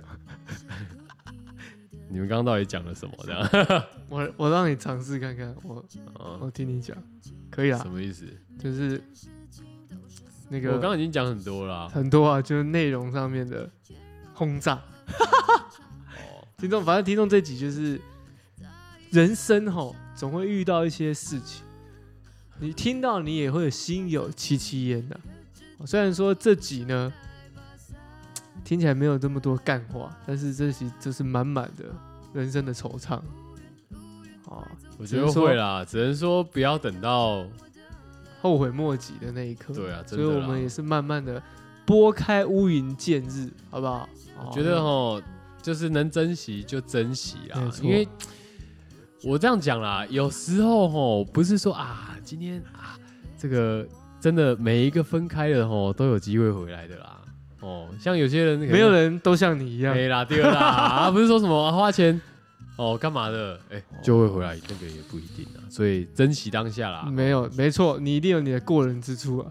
你们刚刚到底讲了什么？这样， 我让你尝试看看，我听你讲，可以啊。 什么意思？ 就是那个我刚刚已经讲很多了， 很多啊，就是内容上面的轰炸。听众，反正听众这集就是人生吼，总会遇到一些事情，你听到你也会心有戚戚焉的。虽然说这集呢听起来没有这么多干话，但是这集就是满满的人生的惆怅。 我觉得会啦，只能说不要等到后悔莫及的那一刻。 对啊，真的啦， 所以我们也是慢慢的拨开乌云见日，好不好？ 我觉得就是能珍惜就珍惜啦，因为我这样讲啦，有时候不是说啊，今天啊，这个真的每一个分开的都有机会回来的啦。像有些人没有人都像你一样， 对啦，对啦，不是说什么花钱干嘛的，就会回来，那个也不一定啊。所以珍惜当下啦。 没错，你一定有你的过人之处啊。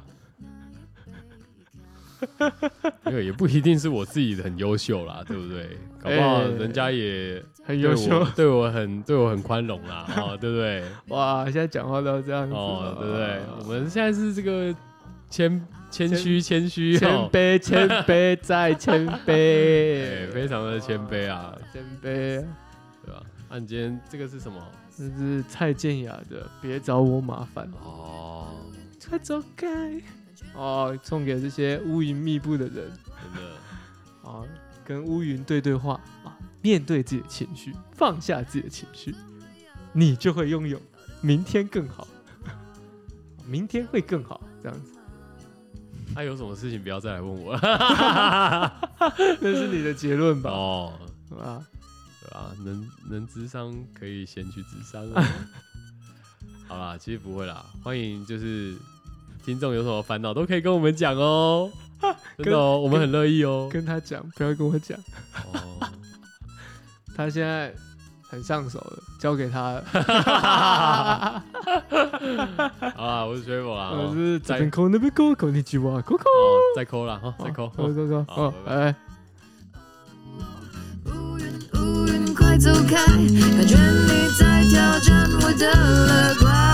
没有，也不一定是我自己很优秀啦，对不对？搞不好人家也很优秀， 对我很宽容啦，对不对？ 哇，现在讲话都这样子， 对不对？我们现在是这个谦虚， 谦卑再谦卑， 非常的谦卑啊， 谦卑， 对吧？你今天这个是什么？ 这是蔡健雅的《别找我麻烦》快走开。送给这些乌云密布的人， 真的跟乌云对话面对自己的情绪，放下自己的情绪，你就会拥有明天更好，明天会更好，这样子。 有什么事情不要再来问我了， 那是你的结论吧？ 对吧？能諮商可以先去諮商好啦，其实不会啦，欢迎就是听众有什么烦恼都可以跟我们讲哦，真的我们很乐意哦。跟他讲，不要跟我讲。他现在很上手了，交给他了。 好啦，我是 Travel 啦， 我是这边扣那边扣，こんにちは，扣扣。 再扣啦，再扣， 扣，拜拜。 快走开！感觉你在挑战我的乐观。